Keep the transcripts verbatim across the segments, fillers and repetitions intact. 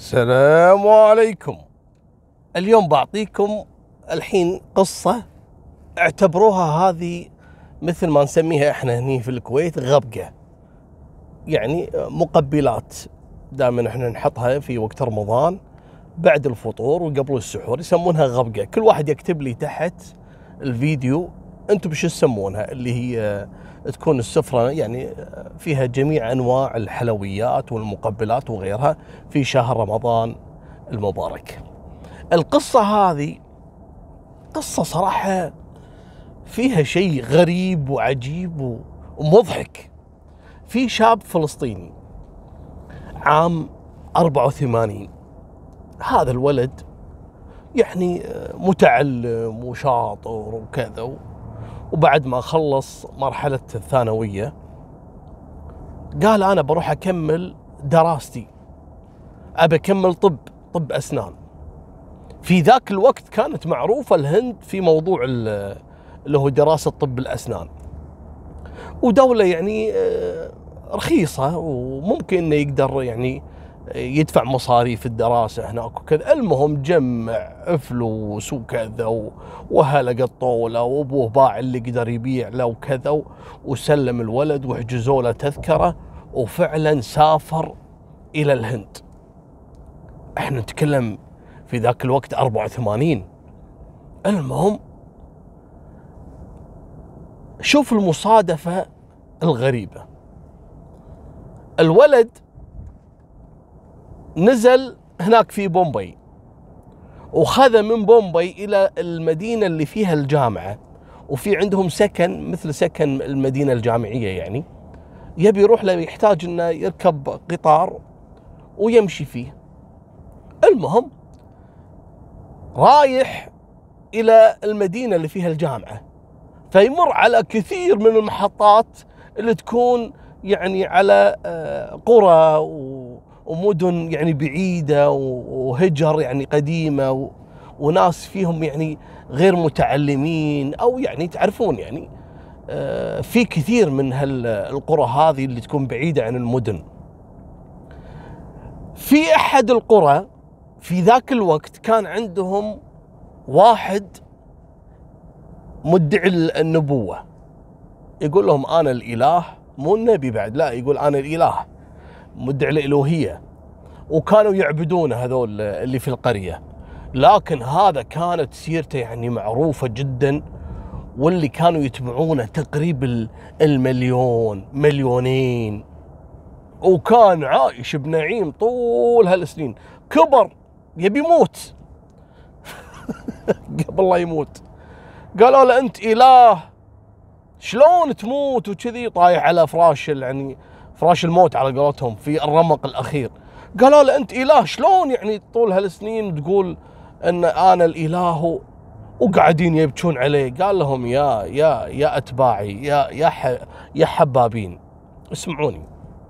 السلام عليكم. اليوم بعطيكم الحين قصة اعتبروها هذه مثل ما نسميها احنا هني في الكويت غبقة، يعني مقبلات. دائما احنا نحطها في وقت رمضان بعد الفطور وقبل السحور، يسمونها غبقة. كل واحد يكتب لي تحت الفيديو انتم بشو تسمونها، اللي هي تكون السفرة يعني فيها جميع انواع الحلويات والمقبلات وغيرها في شهر رمضان المبارك. القصة هذه قصة صراحة فيها شيء غريب وعجيب ومضحك. في شاب فلسطيني عام أربعة وثمانين، هذا الولد يعني متعلم وشاطر وكذا، وبعد ما خلص مرحلة الثانوية قال أنا بروح أكمل دراستي، أبى أكمل طب طب أسنان. في ذاك الوقت كانت معروفة الهند في موضوع اللي هو دراسة طب الأسنان، ودولة يعني رخيصة وممكن إنه يقدر يعني يدفع مصاريف الدراسة هناك وكذا. المهم جمع فلوس وكذا وهلق الطولة، وابوه باع اللي قدر يبيع له وكذا، وسلم الولد وحجزوا له تذكرة، وفعلا سافر إلى الهند. احنا نتكلم في ذاك الوقت أربعة وثمانين. المهم شوف المصادفة الغريبة، الولد نزل هناك في بومبي، وخذ من بومبي إلى المدينة اللي فيها الجامعة، وفي عندهم سكن مثل سكن المدينة الجامعية، يعني يبي يروح له، يحتاج إنه يركب قطار ويمشي فيه. المهم رايح إلى المدينة اللي فيها الجامعة، فيمر على كثير من المحطات اللي تكون يعني على قرى ومدن يعني بعيدة وهجر يعني قديمة وناس فيهم يعني غير متعلمين، أو يعني تعرفون يعني في كثير من هالقرى هذه اللي تكون بعيدة عن المدن. في أحد القرى في ذاك الوقت كان عندهم واحد مدعي النبوة، يقول لهم أنا الإله، مو النبي بعد، لا، يقول أنا الإله، مدعي الإلوهية، وكانوا يعبدونه هذول اللي في القرية. لكن هذا كانت سيرته يعني معروفة جدا، واللي كانوا يتبعونه تقريبا المليون مليونين، وكان عايش بنعيم طول هالسنين. كبر يبي يموت قبل لا يموت قالوا له أنت إله، شلون تموت وكذي، طايح على فراش يعني فراش الموت على قولتهم في الرمق الأخير. قالوا له أنت إله، شلون يعني طول هالسنين تقول أن أنا الإله، وقاعدين يبكون عليه. قال لهم يا يا يا أتباعي، يا يا يا حبابين، اسمعوني،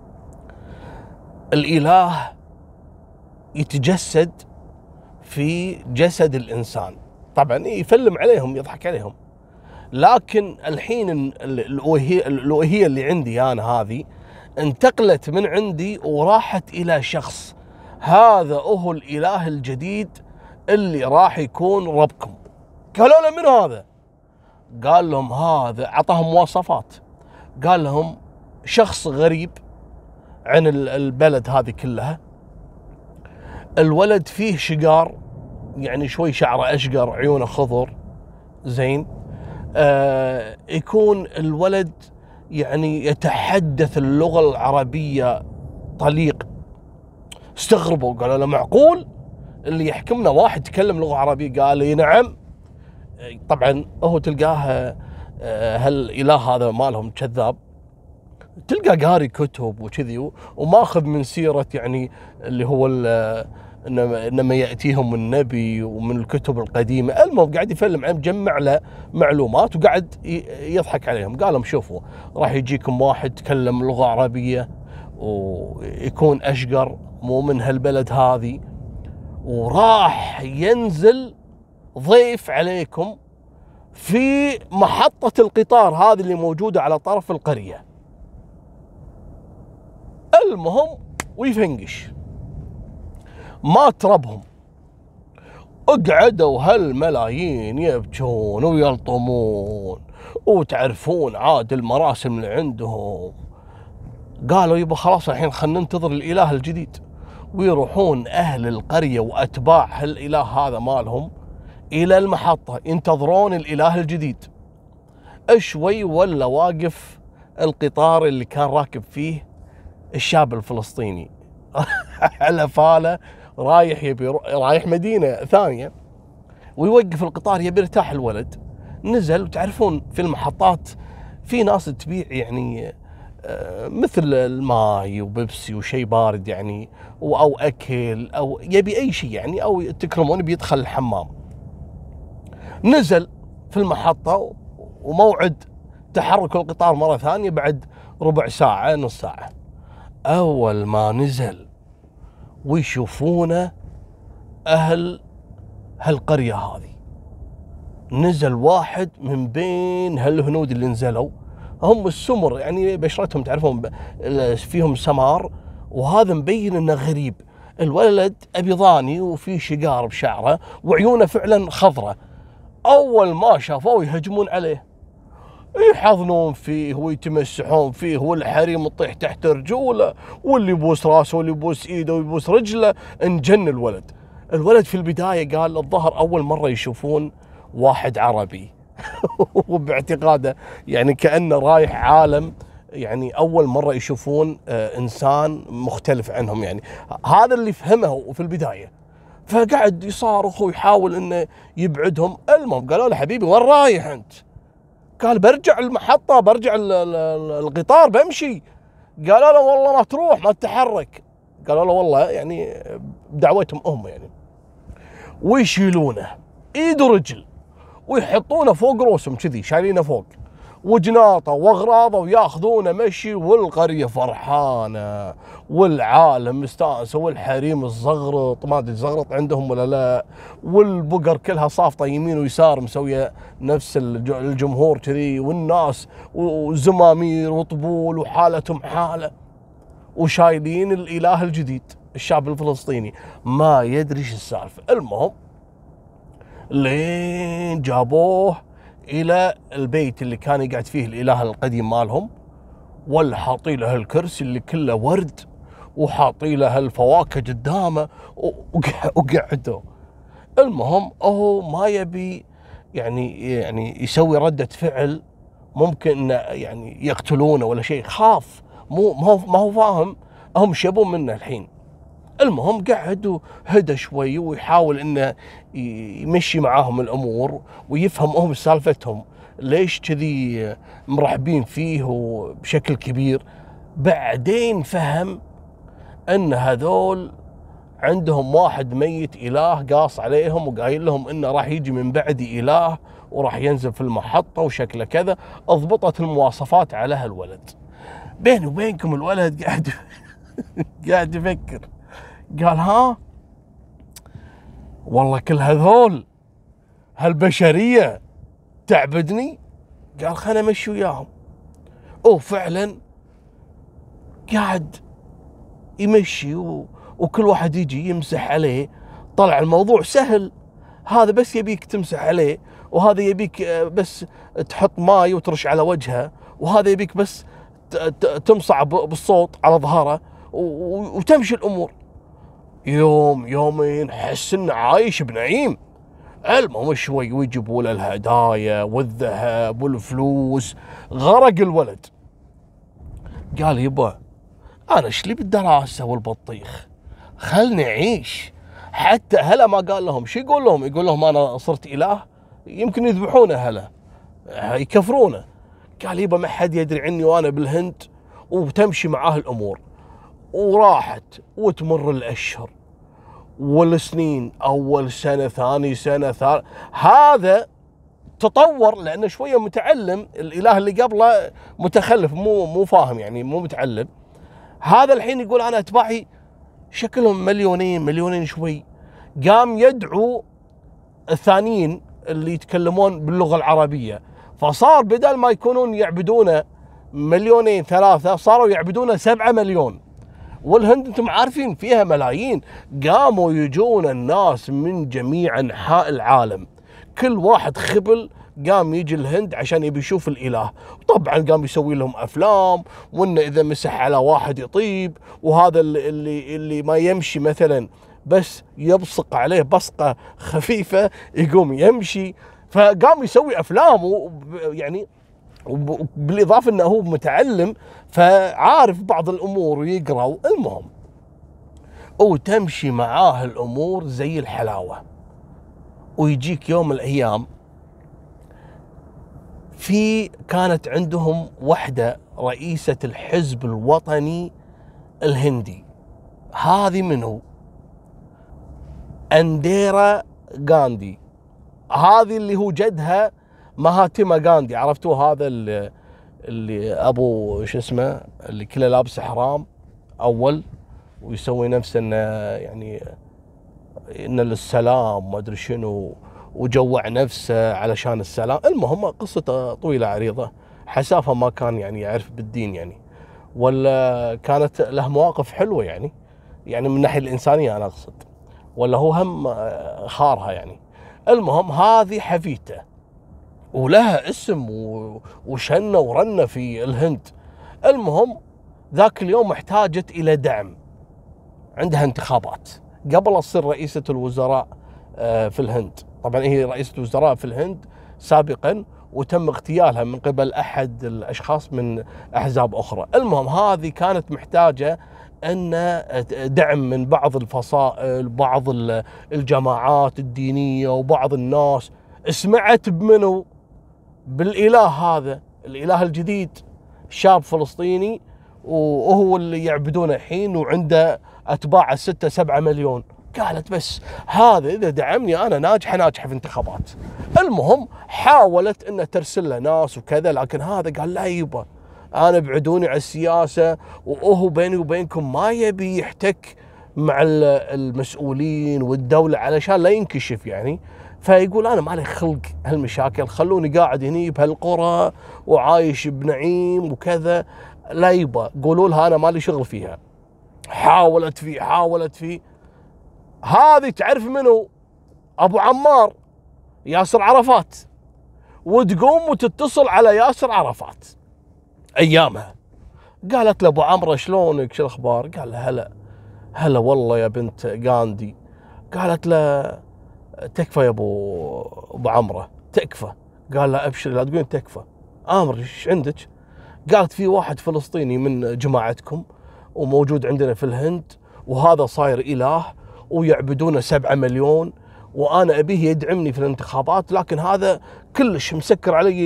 الإله يتجسد في جسد الإنسان، طبعا يفلم عليهم يضحك عليهم، لكن الحين الألوهية الألوهية اللي عندي أنا هذه انتقلت من عندي وراحت إلى شخص، هذا هو الإله الجديد اللي راح يكون ربكم. قالوا له من هذا؟ قال لهم هذا، عطاهم مواصفات، قال لهم شخص غريب عن البلد هذه كلها، الولد فيه شقار، يعني شوي شعره أشقر، عيونه خضر، زين، آه يكون الولد يعني يتحدث اللغة العربية طليق. استغربوا، قالوا له معقول اللي يحكمنا واحد يتكلم لغة عربية؟ قال لي نعم. طبعا هو تلقاه هالإله هذا مالهم كذاب، تلقى قاري كتب وكذي وماخذ من سيرة يعني اللي هو انما ياتيهم النبي ومن الكتب القديمه. المهم قاعد يفلم عن مجمع له معلومات وقاعد يضحك عليهم. قال لهم شوفوا، راح يجيكم واحد يتكلم لغه عربيه ويكون اشقر، مو من هالبلد هذه، وراح ينزل ضيف عليكم في محطه القطار هذه اللي موجوده على طرف القريه. المهم ويفنقش، ما تربهم. اقعدوا هالملايين يبكون ويلطمون، وتعرفون عاد المراسم اللي عندهم. قالوا يبا خلاص الحين خلينا ننتظر الاله الجديد، ويروحون اهل القريه واتباع هالاله هذا مالهم الى المحطه ينتظرون الاله الجديد. شوي ولا واقف القطار اللي كان راكب فيه الشاب الفلسطيني على فاله رايح يبي رايح مدينه ثانيه، ويوقف القطار يبي يرتاح الولد. نزل، وتعرفون في المحطات في ناس تبيع يعني مثل الماي وبيبسي وشيء بارد يعني، او اكل، او يبي اي شيء يعني، او تكرمون بيدخل الحمام. نزل في المحطه وموعد تحرك القطار مره ثانيه بعد ربع ساعه نص ساعه. اول ما نزل ويشوفونه اهل هالقريه هذه، نزل واحد من بين هالهنود اللي نزلوا، هم السمر يعني بشرتهم تعرفون فيهم سمار، وهذا مبين انه غريب. الولد ابيضاني وفي شقار بشعره وعيونه فعلا خضراء. اول ما شافوه يهجمون عليه، يحضنون فيه ويتمسحون فيه، والحريم تطيح تحت رجوله، واللي يبوس راسه واللي يبوس ايده ويبوس رجله. انجن الولد. الولد في البدايه قال الظهر اول مره يشوفون واحد عربي وباعتقاده يعني كأنه رايح عالم، يعني أول مرة يشوفون إنسان مختلف عنهم، يعني هذا اللي فهمه في البداية. فقعد يصارخ ويحاول إنه يبعدهم. المهم قالوا له حبيبي وين رايح أنت؟ قال برجع المحطة، برجع القطار بمشي. قالوا له والله ما تروح ما تتحرك. قالوا له والله يعني بدعوتهم هم يعني. ويشيلونه ايد ورجل ويحطونه فوق رؤوسهم كذي، شايلينه فوق وجناطه واغراضه، وياخذونه مشي. والقريه فرحانه والعالم مستانسه، والحريم الزغرط ما ادري زغرط عندهم ولا لا، والبقر كلها صافطه يمين ويسار مسويه نفس الجمهور كذي، والناس وزمامير وطبول وحالتهم حاله، وشايلين الاله الجديد الشاب الفلسطيني ما يدري ايش السالفه. المهم لين جابوه الى البيت اللي كان يقعد فيه الاله القديم مالهم، ولا حاطين له الكرسي اللي كله ورد، وحاطين له الفواكه قدامه، وقعدوا. المهم هو ما يبي يعني يعني يسوي ردة فعل ممكن يعني يقتلونه ولا شيء، خاف، مو ما هو ما هو فاهم هم ايش يبون منه الحين. المهم قعد وهدى شوي ويحاول انه يمشي معاهم الامور ويفهم هم سالفتهم ليش كذي مرحبين فيه بشكل كبير. بعدين فهم ان هذول عندهم واحد ميت اله قاص عليهم، وقايل لهم انه راح يجي من بعدي اله وراح ينزل في المحطه وشكله كذا. اضبطت المواصفات على هالولد. بيني وبينكم الولد قاعد قاعد يفكر، قال ها والله كل هذول هالبشريه تعبدني. قال خلنا امشي وياهم. وفعلا قاعد يمشي و... وكل واحد يجي يمسح عليه. طلع الموضوع سهل، هذا بس يبيك تمسح عليه، وهذا يبيك بس تحط ماي وترش على وجهه، وهذا يبيك بس تمصع بالصوت على ظهره وتمشي الامور. يوم يومين حس انه عايش بنعيم. المهم شوي ويجيبوا له الهدايا والذهب والفلوس. غرق الولد. قال يبا انا ايش لي بالدراسه والبطيخ، خلني اعيش. حتى هلا ما قال لهم شو يقول لهم، يقول لهم انا صرت اله، يمكن يذبحونه هلا يكفرونه. قال يبا ما حد يدري عني وانا بالهند. وتمشي معاه الامور. وراحت وتمر الاشهر والسنين، اول سنه ثاني سنه ثالث. هذا تطور لانه شويه متعلم، الاله اللي قبله متخلف مو مو فاهم يعني مو متعلم. هذا الحين يقول انا اتباعي شكلهم مليونين مليونين شوي. قام يدعو الثانيين اللي يتكلمون باللغه العربيه، فصار بدل ما يكونون يعبدونه مليونين ثلاثه صاروا يعبدونه سبعة مليون. والهند انتم عارفين فيها ملايين. قاموا يجون الناس من جميع انحاء العالم، كل واحد خبل قام يجي الهند عشان يبي يشوف الاله. طبعا قام يسوي لهم افلام، وانه اذا مسح على واحد يطيب، وهذا اللي اللي, اللي ما يمشي مثلا بس يبصق عليه بصقه خفيفه يقوم يمشي. فقام يسوي افلام، يعني بالاضافه انه هو متعلم فعارف بعض الامور ويقرا. المهم وتمشي معاه الامور زي الحلاوه. ويجيك يوم من الايام في كانت عندهم وحده رئيسه الحزب الوطني الهندي، هذه منو؟ انديرا غاندي. هذه اللي هو جدها مهاتما غاندي، عرفتوه هذا اللي, اللي ابو شو اسمه اللي كله لابس حرام اول ويسوي نفسه انه يعني انه للسلام ما ادري شنو، وجوع نفسه علشان السلام. المهم قصته طويله عريضه، حسافه ما كان يعني يعرف بالدين يعني، ولا كانت له مواقف حلوه يعني يعني من الناحيه الانسانيه انا اقصد، ولا هو هم خارها يعني. المهم هذه حفيته ولها اسم وشنه ورنه في الهند. المهم ذاك اليوم احتاجت الى دعم، عندها انتخابات قبل تصير رئيسة الوزراء في الهند. طبعا هي رئيسة الوزراء في الهند سابقا وتم اغتيالها من قبل احد الاشخاص من احزاب اخرى. المهم هذه كانت محتاجة ان دعم من بعض الفصائل، بعض الجماعات الدينية، وبعض الناس سمعت بمنو؟ بالاله هذا، الاله الجديد، شاب فلسطيني وهو اللي يعبدونه الحين وعنده اتباع ستة سبعة مليون. قالت بس هذا اذا دعمني انا ناجحه ناجحه في انتخابات. المهم حاولت انها ترسل له ناس وكذا، لكن هذا قال لا يبا انا ابعدوني عن السياسه، وهو بيني وبينكم ما يبي يحتك مع المسؤولين والدوله علشان لا ينكشف يعني. فيقول انا ما لي خلق هالمشاكل، خلوني قاعد هني بهالقرى وعايش بنعيم وكذا، لا يبا قولوا لها انا ما لي شغل فيها. حاولت فيه حاولت فيه. هذه تعرف منو؟ ابو عمار ياسر عرفات. وتقوم وتتصل على ياسر عرفات ايامها، قالت له ابو عمرو شلونك شو الاخبار؟ قال لها هلا هلا والله يا بنت غاندي. قالت له تكفى يا ابو ابو عمرو تكفى. قال لها ابشر لا تقولين تكفى، امر ايش عندك؟ قالت في واحد فلسطيني من جماعتكم وموجود عندنا في الهند، وهذا صاير اله ويعبدونه سبعة مليون، وانا ابيه يدعمني في الانتخابات، لكن هذا كلش مسكر علي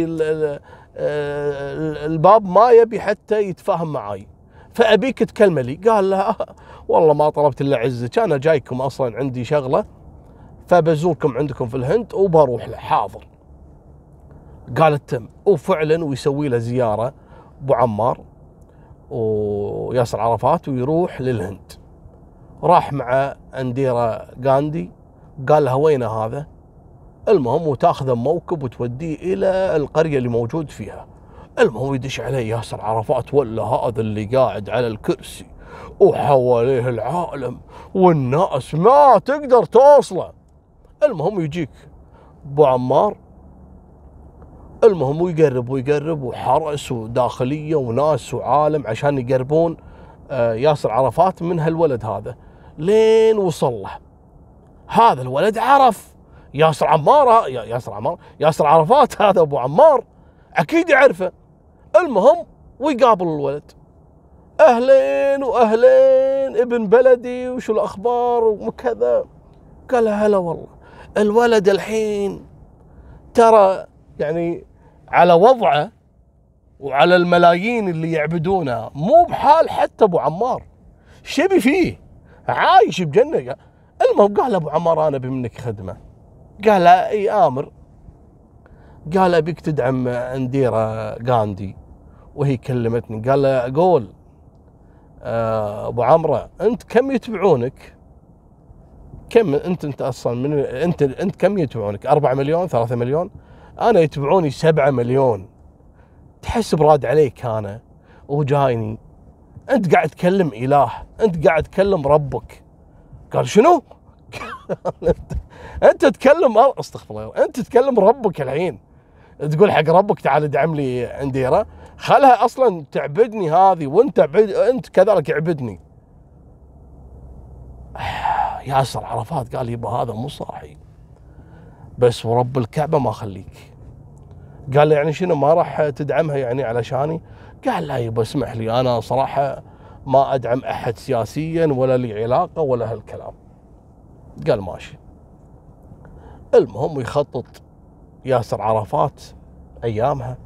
الباب، ما يبي حتى يتفاهم معاي، فابيك تكلمه لي. قال لها والله ما طلبت الا عزك، انا جايكم اصلا عندي شغله فبزوركم عندكم في الهند وبروح له. حاضر. قالت تم. وفعلا ويسوي له زياره ابو عمار وياسر عرفات ويروح للهند. راح مع انديرا غاندي، قال لها وين هذا؟ المهم وتاخذه موكب وتوديه الى القريه اللي موجود فيها. المهم يدش عليه ياسر عرفات، ولا هذا اللي قاعد على الكرسي وحواليه العالم والناس ما تقدر توصله. المهم يجيك ابو عمار، المهم ويقرب ويقرب وحرس وداخليه وناس وعالم عشان يقربون ياسر عرفات من هالولد هذا، لين وصل له. هذا الولد عرف ياسر عمار، ياسر عمار ياسر عرفات، هذا ابو عمار اكيد يعرفه. المهم ويقابل الولد، اهلين واهلين ابن بلدي وشو الاخبار وكذا. قال هلا والله. الولد الحين ترى يعني على وضعه وعلى الملايين اللي يعبدونه مو بحال حتى ابو عمار، شبي فيه عايش بجنة. المهم قال ابو عمار انا بمنك خدمه. قال اي امر. قال ابيك تدعم انديرا غاندي، وهي كلمتني. قال له اقول ابو عمرو انت كم يتبعونك؟ كم انت انت اصلا من انت انت كم يتبعونك؟ أربعة مليون ثلاثة مليون؟ انا يتبعوني سبعة مليون. تحس براد عليك انا وجايني انت قاعد تكلم اله، انت قاعد تكلم ربك. قال شنو؟ انت تكلم استغفر الله، انت تكلم ربك الحين تقول حق ربك تعال ادعم لي عنديره، خلها اصلا تعبدني هذه وانت عبد... انت كذلك اعبدني. ياسر عرفات قال يبا هذا مو صاحي، بس ورب الكعبه ما خليك. قال له يعني شنو ما راح تدعمها يعني علشاني؟ قال لا يبا اسمح لي انا صراحه ما ادعم احد سياسيا ولا لي علاقه ولا هالكلام. قال ماشي. المهم يخطط ياسر عرفات ايامها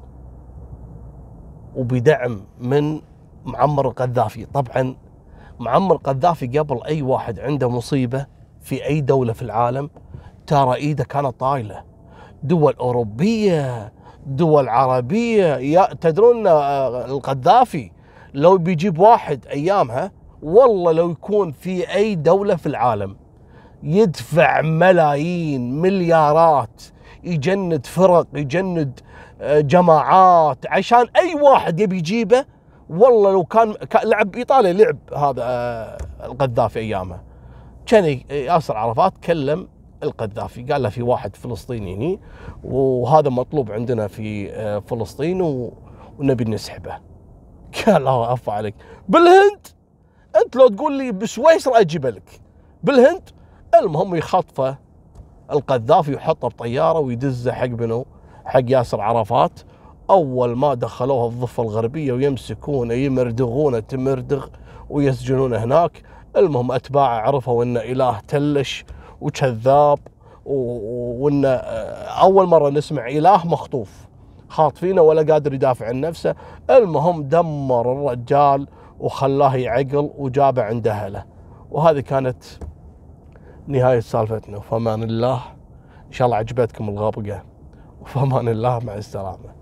وبدعم من معمر القذافي. طبعا معمر القذافي قبل اي واحد عنده مصيبه في اي دوله في العالم ترى ايده كانت طايله. دول اوروبيه، دول عربيه، يا تدرون القذافي لو بيجيب واحد ايامها والله لو يكون في اي دوله في العالم يدفع ملايين مليارات، يجند فرق، يجند جماعات عشان اي واحد يبي يجيبه. والله لو كان لعب بايطاليا لعب هذا القذافي ايامها، كان ياسر عرفات كلم القذافي قال له في واحد فلسطيني هني وهذا مطلوب عندنا في فلسطين ونبي نسحبه. قال الله عفا عليك، بالهند انت لو تقول لي بسويسرا اجيبه لك، بالهند. المهم يخطفه القذافي ويحطه بطياره ويدزه حق منو؟ حق ياسر عرفات. اول ما دخلوه الضفه الغربيه ويمسكونه يمردغونه تمردغ ويسجنونه هناك. المهم اتباعه عرفوا انه اله تلش وكذاب، وانه اول مره نسمع اله مخطوف خاطفينه ولا قادر يدافع عن نفسه. المهم دمر الرجال وخلاه يعقل وجابه عند اهله. وهذه كانت نهاية سالفتنا. وفمان الله، إن شاء الله عجبتكم الغابقة، وفمان الله، مع السلامة.